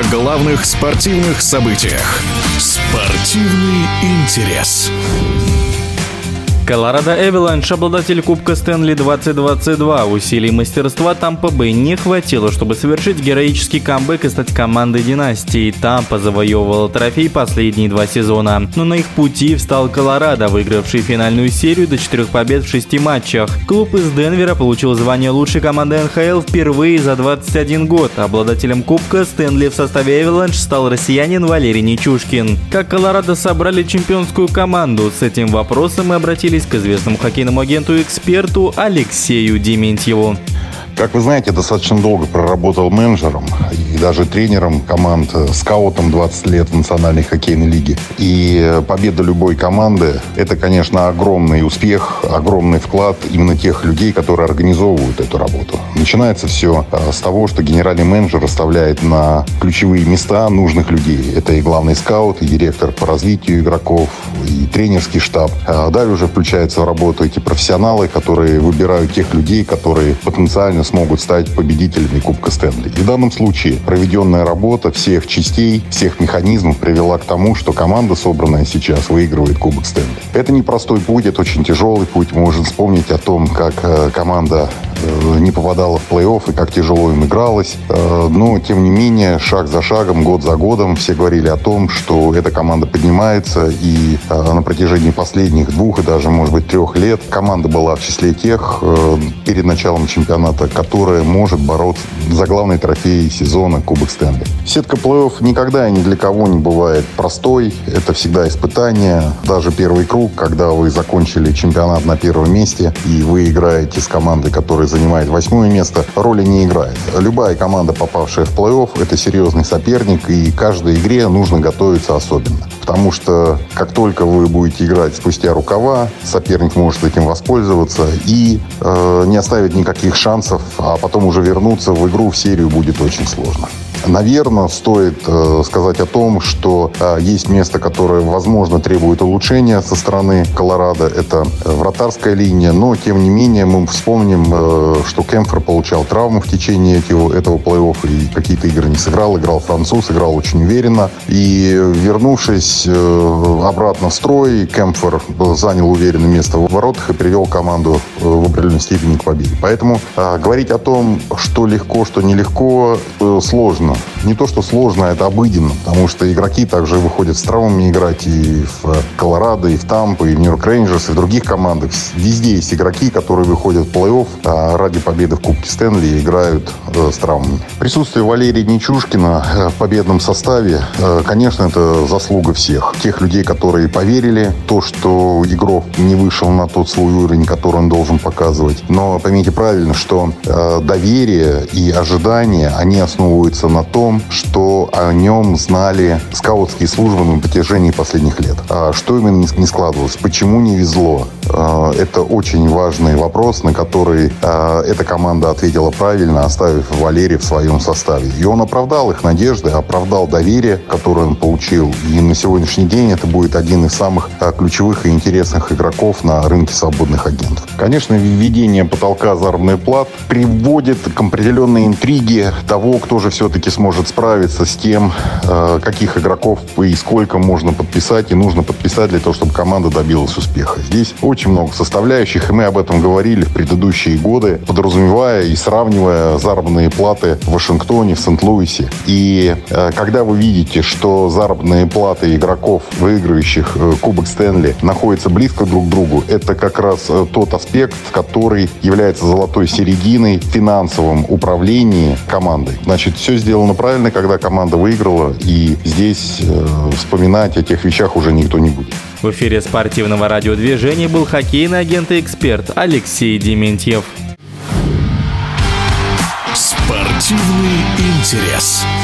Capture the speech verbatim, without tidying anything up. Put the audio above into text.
О главных спортивных событиях. Спортивный интерес. Колорадо Эваланч, обладатель Кубка Стэнли двадцать двадцать два. Усилий мастерства Тампа Бэй не хватило, чтобы совершить героический камбэк и стать командой династии. Тампа завоевывала трофей последние два сезона. Но на их пути встал Колорадо, выигравший финальную серию до четырех побед в шести матчах. Клуб из Денвера получил звание лучшей команды эн ха эл впервые за двадцать один год. Обладателем Кубка Стэнли в составе Эваланч стал россиянин Валерий Нечушкин. Как Колорадо собрали чемпионскую команду? С этим вопросом мы обратились к известному хоккейному агенту и эксперту Алексею Дементьеву. Как вы знаете, достаточно долго проработал менеджером и даже тренером команд, скаутом двадцать лет в Национальной хоккейной лиге. И победа любой команды – это, конечно, огромный успех, огромный вклад именно тех людей, которые организовывают эту работу. Начинается все с того, что генеральный менеджер расставляет на ключевые места нужных людей. Это и главный скаут, и директор по развитию игроков, и тренерский штаб. Далее уже включаются в работу эти профессионалы, которые выбирают тех людей, которые потенциально смогут стать победителями Кубка Стэнли. И в данном случае проведенная работа всех частей, всех механизмов привела к тому, что команда, собранная сейчас, выигрывает Кубок Стэнли. Это непростой путь, это очень тяжелый путь. Мы можем вспомнить о том, как команда не попадала в плей-офф и как тяжело им игралось. Но, тем не менее, шаг за шагом, год за годом все говорили о том, что эта команда поднимается. И на протяжении последних двух и даже, может быть, трех лет команда была в числе тех перед началом чемпионата, которая может бороться за главный трофей сезона Кубок Стэнли. Сетка плей-офф никогда и ни для кого не бывает простой. Это всегда испытание. Даже первый круг, когда вы закончили чемпионат на первом месте и вы играете с командой, которая занимает восьмое место, роли не играет. Любая команда, попавшая в плей-офф, это серьезный соперник, и каждой игре нужно готовиться особенно. Потому что как только вы будете играть спустя рукава, соперник может этим воспользоваться и э, не оставить никаких шансов, а потом уже вернуться в игру, в серию будет очень сложно. Наверное, стоит э, сказать о том, что э, есть место, которое, возможно, требует улучшения со стороны Колорадо. Это вратарская линия. Но, тем не менее, мы вспомним, э, что Кемфер получал травму в течение этого, этого плей-офф и какие-то игры не сыграл. Играл француз, играл очень уверенно. И, вернувшись э, обратно в строй, Кемфер занял уверенное место в воротах и привел команду э, в определенной степени к победе. Поэтому э, говорить о том, что легко, что нелегко, э, сложно. Не то, что сложно, это обыденно, потому что игроки также выходят с травмами играть и в Колорадо, и в Тампа, и в Нью-Йорк Рейнджерс, и в других командах. Везде есть игроки, которые выходят в плей-офф а ради победы в Кубке Стэнли и играют э, с травмами. Присутствие Валерия Нечушкина э, в победном составе, э, конечно, это заслуга всех. Тех людей, которые поверили в то, что игрок не вышел на тот свой уровень, который он должен показывать. Но поймите правильно, что э, доверие и ожидания, они основываются на том, что о нем знали скаутские службы на протяжении последних лет. А что именно не складывалось? Почему не везло? Это очень важный вопрос, на который эта команда ответила правильно, оставив Валерия в своем составе. И он оправдал их надежды, оправдал доверие, которое он получил. И на сегодняшний день это будет один из самых ключевых и интересных игроков на рынке свободных агентов. Конечно, введение потолка заработной платы приводит к определенной интриге того, кто же все-таки сможет справиться с тем, каких игроков и сколько можно подписать и нужно подписать для того, чтобы команда добилась успеха. Здесь очень много составляющих, и мы об этом говорили в предыдущие годы, подразумевая и сравнивая заработные платы в Вашингтоне, в Сент-Луисе. И когда вы видите, что заработные платы игроков, выигрывающих Кубок Стэнли, находятся близко друг к другу, это как раз тот аспект, который является золотой серединой в финансовом управлении командой. Значит, все сделано правильно, когда команда выиграла, и здесь э, вспоминать о тех вещах уже никто не будет. В эфире спортивного радиодвижения был хоккейный агент и эксперт Алексей Дементьев. Спортивный интерес.